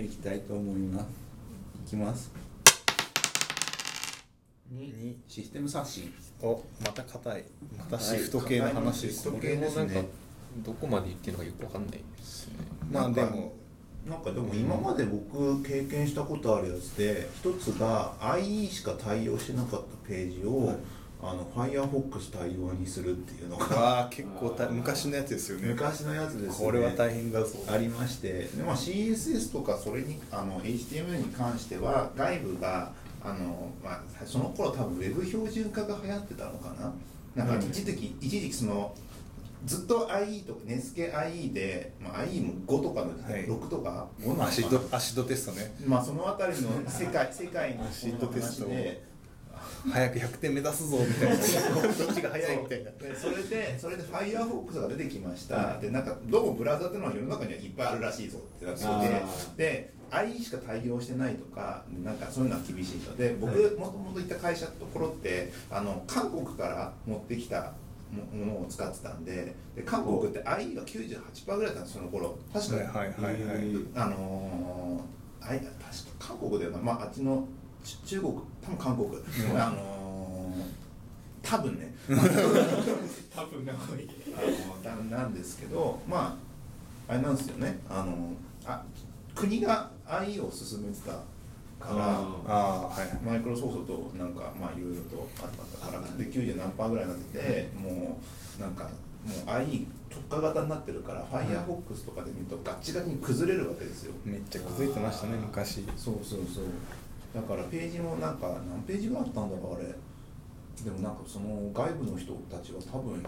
いきたいと思います。いきます。 2 システム刷新。 また硬い。またシフト系の話ですね。 シフト系ですね。 なんかどこまで言ってるのかよくわかんないですね。 まあでも今まで僕経験したことあるやつで、一つが IE しか対応してなかったページを、Firefox 対応にするっていうのが結構昔のやつですよね。 昔のやつですね。 これは大変だぞ。 ありまして、で、CSS とかそれにHTML に関しては外部がその頃多分 Web 標準化が流行ってたのかな。なんか一時期そのずっと IE とかネスケ IE で、IE も5とかの時代、6とか5なのかな。 アシドテストね。 そのあたりの世界のアシドテストで早く100点目指すぞみたいなどっちが早いみたいな。 それで Firefox が出てきました、でなんかどうもブラウザっていうのは世の中にはいっぱいあるらしいぞってなってで IE しか対応してないとか、なんかそういうのは厳しいので、僕もともと行った会社のところって韓国から持ってきたものを使ってたんで、韓国って IE が 98% ぐらいだったんです、その頃。確か韓国ではあっちの中国、多分韓国、多分ね多分なんですけど、あれなんですよね、国が IE を進めてたから、マイクロソフトとなんかいろいろとあったからで90何パーぐらいになってて、もう IE 特化型になってるから、Firefox とかで見るとガッチガチに崩れるわけですよ。 めっちゃ崩れてましたね昔。 そうだからページもなんか何ページがあったんだろうあれ。でもなんかその外部の人たちは多分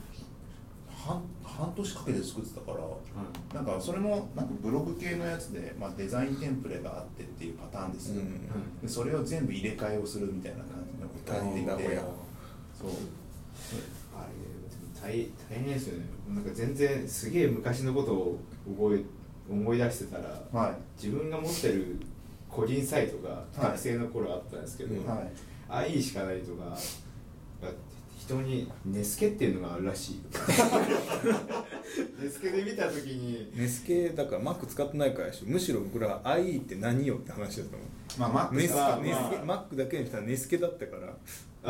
半年かけて作ってたから、なんかそれもなんかブログ系のやつで、デザインテンプレがあってっていうパターンですよ、でそれを全部入れ替えをするみたいな感じのことをやっていて、そうあれ大変ですよね。なんか全然すげえ昔のことを思い出してたら、自分が持ってる個人サイトが学生の頃あったんですけど、IE しかないとか人にネスケっていうのがあるらしいネスケで見た時にネスケだから Mac 使ってないからでしょ。むしろ僕ら IE って何よって話だったもん。Mac だけにしたらネスケだったから。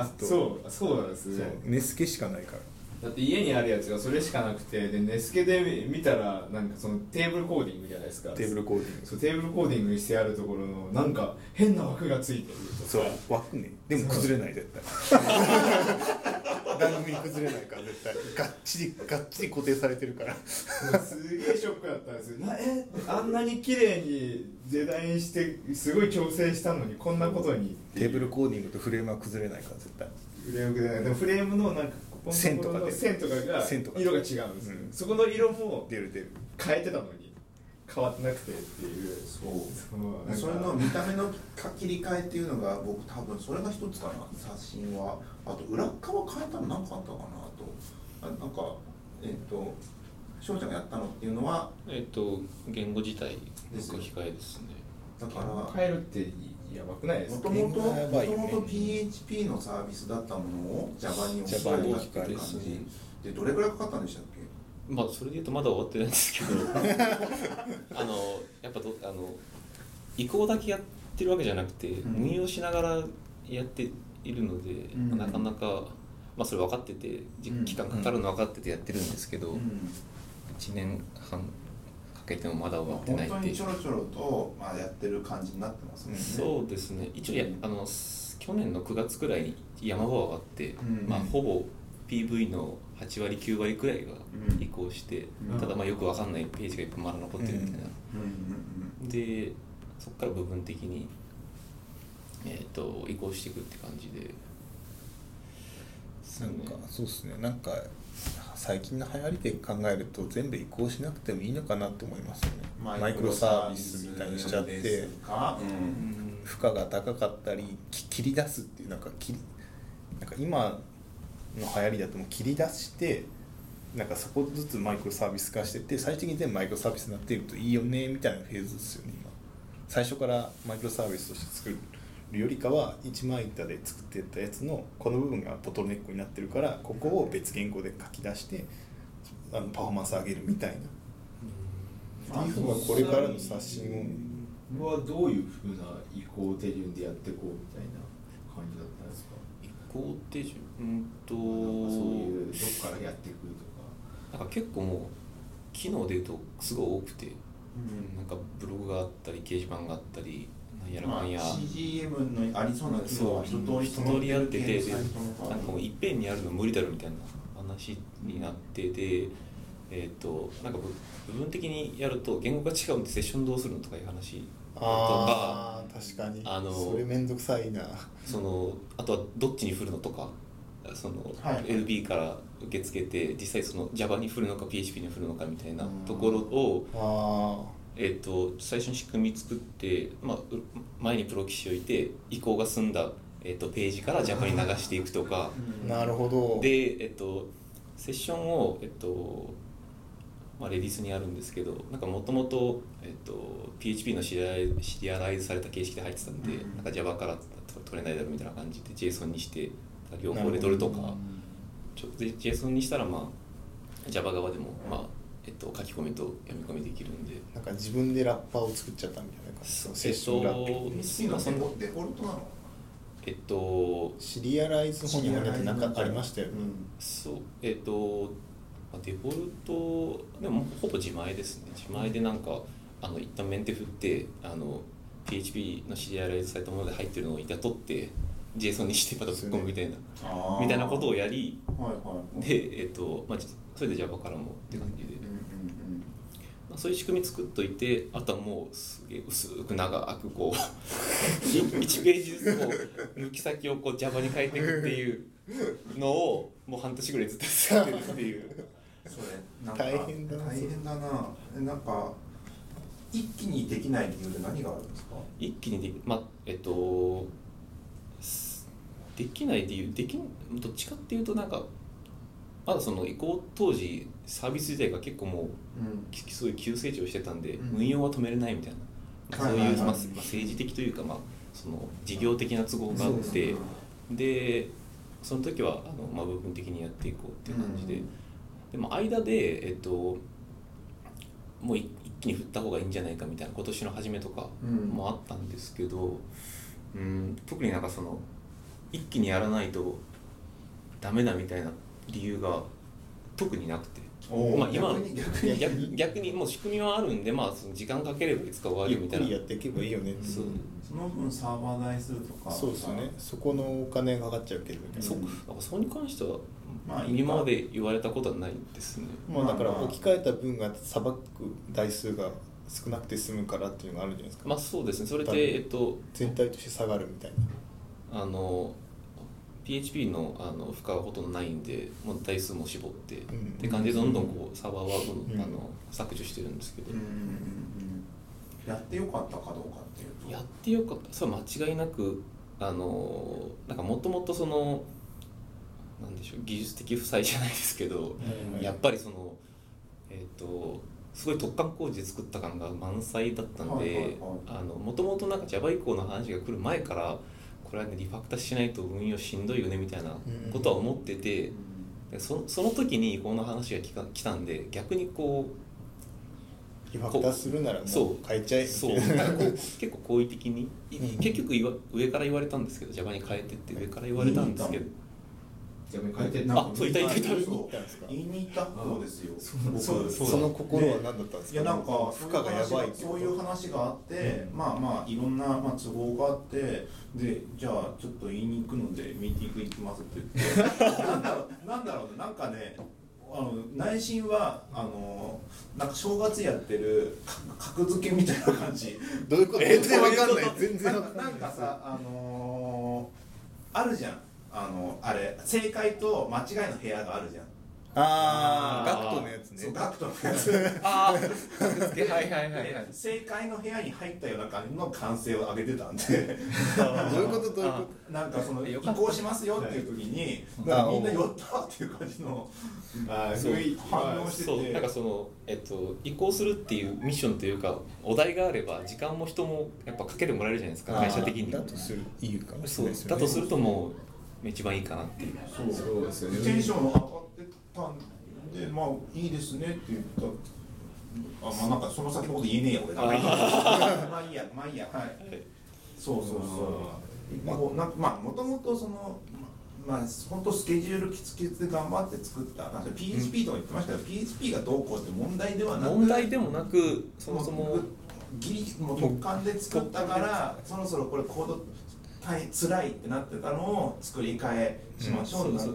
そうなんですね。 ネスケしかないから。 だって家にあるやつがそれしかなくて、でネスケで見たらなんかそのテーブルコーディングじゃないですか。 テーブルコーディング。 そう、テーブルコーディングにしてあるところのなんか変な枠がついてるとか。 そう、枠ね。でも崩れない絶対。番組崩れないから絶対。がっちり固定されてるから。 すげえショックだったんですよ。あんなに綺麗にデザインしてすごい調整したのにこんなことに。 テーブルコーディングとフレームは崩れないから絶対。 でもフレームのなんか線とかが色が違うんです、そこの色も出る変えてたのに変わってなくてっていう。 それの見た目の切り替えっていうのが僕多分それが一つかな、刷新は。あと裏側変えたの何かあったかなと。なんか翔ちゃんがやったのっていうのは言語自体の書き換えですね。 だから変えるってやばくないですか。 もともと PHP のサービスだったものを Java に置き換えたっていう感じで、どれくらいかかったんでしたっけ。 それでいうとまだ終わってないんですけどやっぱ移行だけやってるわけじゃなくて、運用しながらやっているので、なかなかそれ分かってて期間かかるの分かっててやってるんですけど、1年半かけてもまだ終わってないって。 本当にちょろちょろとやってる感じになってますね。 そうですね。一応去年の9月くらいに山場があって、ほぼ PV の8割9割くらいが移行して、ただよく分かんないページがいっぱいまだ残ってるみたいな。でそこから部分的に移行していくって感じで。 なんかそうですね。なんか最近の流行りで考えると全部移行しなくてもいいのかなと思いますよね。マイクロサービスみたいにしちゃって、負荷が高かったり切り出すっていうなんか今の流行りだともう切り出してなんかそこずつマイクロサービス化してって最終的に全部マイクロサービスになっているといいよねみたいなフェーズですよね。今最初からマイクロサービスとして作るよりかは一枚板で作ってたやつのこの部分がボトルネックになってるからここを別言語で書き出してパフォーマンス上げるみたいなっていうのがこれからの刷新はどういうふうな移行手順でやっていこうみたいな感じだったんですか？ 移行手順そういうどっからやっていくとか。 なんか結構もう機能でいうとすごい多くて、なんかブログがあったり掲示板があったりなんやらかんや、 CGM のありそうな機能は一通りやってて、なんかもういっぺんにやるの無理だろみたいな話になってて、なんか部分的にやると言語が違うんでセッションどうするのとかいう話とか、 確かにそれめんどくさいな。 あとはどっちに振るのとか、LB から受け付けて実際Java に振るのか PHP に振るのかみたいなところを、最初に仕組み作って、前にプロ棋士を置いて移行が済んだ、ページから Java に流していくとか、 なるほど。 で、セッションを、レディースにあるんですけど、なんかもともと PHP のシリアライズされた形式で入ってたんで、なんか Java から取れないだろうみたいな感じで JSON にして両方で取るとか、JSON にしたらJava 側でも書き込みと読み込みできるんで、 なんか自分でラッパーを作っちゃったみたいな感じ。セッションラップ。 PHP のデフォルトなの？ シリアライズ本になんかありましたよね。 そう、デフォルトでもほぼ自前ですね。自前でなんか一旦メンテ振ってPHP のシリアライズされたもので入ってるのを一旦取って JSON にしてまた突っ込むみたいなことをやり、でそれで Java からもって感じで、そういう仕組み作っといて、あとはもうすげえ薄く長くこう1ページずつこう抜き先をこう Java に変えていくっていうのをもう半年ぐらいずっと使ってるっていう。 それなんか大変だな。なんか一気にできない理由で何があるんですか？ 一気にできない理由、どっちかっていうとなんかまだ移行当時サービス自体が結構もう、すごい急成長してたんで、運用は止めれないみたいな、そういう政治的というか、事業的な都合があって、でその時は部分的にやっていこうっていう感じで、でも間で、もう一気に振った方がいいんじゃないかみたいな今年の初めとかもあったんですけど、特になんか一気にやらないとダメだみたいな理由が特になくて、逆にもう仕組みはあるんで、その時間かければいつか終わるみたいな。 ゆっくりやっていけばいいよねって。 その分サーバー代するとか。 そうですね。そこのお金がかかっちゃうけどみたいな。 それに関しては今まで言われたことはないですね。 だから置き換えた分がさばく台数が少なくて済むからっていうのがあるんじゃないですか。 そうですね。それで全体として下がるみたいな。 PHP の負荷はほとんどないんで、もう台数も絞ってって感じでどんどんこうサーバーは削除してるんですけど、 やってよかったかどうかっていうと、 やってよかった、それは間違いなくなんかもともとなんでしょう、技術的負債じゃないですけど、やっぱりすごい突貫工事で作った感が満載だったんで、もともとなんか Java 以降の話が来る前からこれはねリファクターしないと運用しんどいよねみたいなことは思ってて、その時にこの話が来たんで、逆にこうリファクターするならもう変えちゃえ結構好意的に、結局上から言われたんですけど Java に変えてって上から言われたんですけど、 Java に変えてそういた言いに行った方ですよ。 その心は何だったんですか？ いやなんか負荷がやばいってそういう話があって、いろんな都合があって、でじゃあちょっと言いに行くのでミーティング行きますって言ってなんだろうなんかね、内心はなんか正月やってる格付けみたいな感じ。 どういうこと？全然わかんない。全然わかんない。 なんかさあるじゃん、あれ正解と間違いの部屋があるじゃん。 ガクトのやつね。 そう、ガクトのやつ。 はい正解の部屋に入ったような感じの歓声を上げてたんでどういうことなんか移行しますよっていう時にみんな寄ったっていう感じの反応してて、 なんか移行するっていうミッションというかお題があれば時間も人もやっぱかけてもらえるじゃないですか、会社的に。 だとするいいかもしれないですよね。 だとするともう一番いいかなっていう。 そうですよね。テンション上がってたんで、いいですねって言ったまあなんかその先のこと言えねえや俺。まあいいや、はい。そうまあもともとそのまあ本当スケジュールきつきつで頑張って作ったなんか PHP とか言ってましたけど、PHP がどうこうって問題ではなく、 問題でもなくそもそもギリもう特感で作ったからそろそろこれコードつらいってなってたのを作り変えしましょうになって、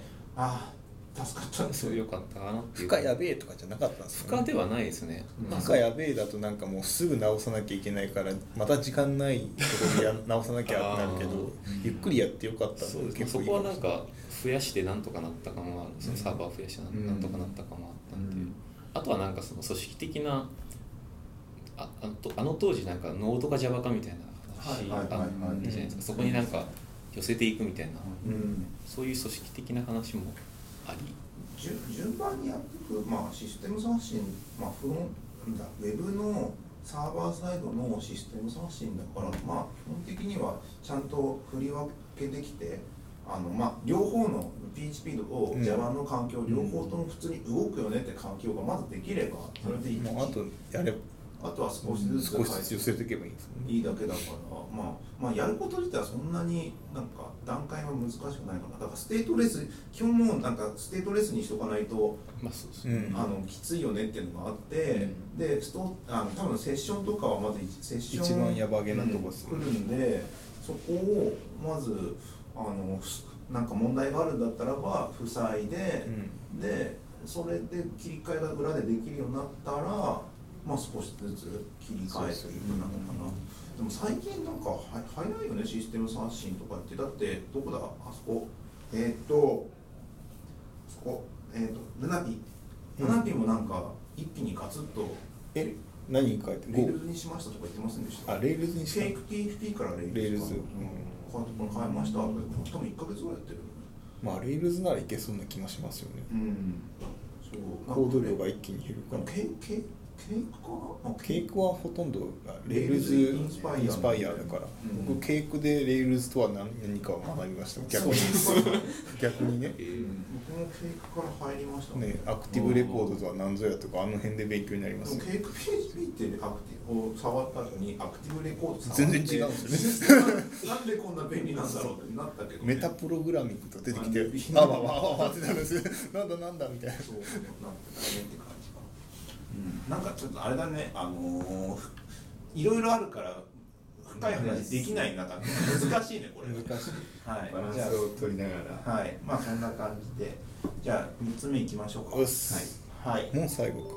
ああ助かったんですよ。 よかったかなっていう。 負荷やべえとかじゃなかったんですよね。負荷ではないですね。 負荷やべえだとなんかもうすぐ直さなきゃいけないからまた時間ないところで直さなきゃってなるけどゆっくりやってよかったんで、 そこはなんか増やしてなんとかなったかも、そのサーバー増やしてなんとかなったかもあったんで、あとはなんかその組織的なあの当時なんかノードか Java かみたいな話あったじゃないですか。そこになんか寄せていくみたいな、そういう組織的な話もあり、 順番にやっていく、まあ、システム刷新、まあ、ウェブのサーバーサイドのシステム刷新だから、まあ、基本的にはちゃんと振り分けできてまあ、両方の PHP と Java の環境、両方とも普通に動くよねって環境がまずできればそれでいい。あとは少しずつ寄せていけばいいんですね。 いいだけだから、まあやること自体はそんなになんか段階は難しくないかな。だからステートレス基本もなんかステートレスにしとかないと、きついよねっていうのがあって、で多分セッションとかはまずセッション一番やばげなとこです来るんで、そこをまずなんか問題があるんだったらば塞いで、でそれで切り替えが裏でできるようになったら。まあ少しずつ切り替えていくなのかな。でも最近なんか早いよねシステム刷新とかって。だってどこだあそこルナピもなんか一気にガツッと何に書いてレールズにしましたとか言ってませんでした？ レールズにした。 ケーク TFP からレールズこれ変えました。多分1ヶ月ぐらいやってる。 まあレールズならいけそうな気もしますよね。 そうコード量が一気に減るから。 ケークかな？ ケークはほとんどレールズインスパイアだから、僕ケークでレールズとは何かを学びました。逆にね。 僕もケークから入りましたね。アクティブレコードとは何ぞやとかあの辺で勉強になりますね。 ケーク PHP ってアクティブを触った後にアクティブレコード触って全然違うんですよね。 なんでこんな便利なんだろうってなったけど、 メタプログラミングと出てきてわってなるんですよ。なんだみたいな。 そうなってたねって感じか。なんかちょっとあれだね、いろいろあるから深い話できない中で難しいねこれ。 難しい。 はい。バランスを取りながら。 はい。まあそんな感じで、じゃあ3つ目いきましょうか。 はい。もう最後か。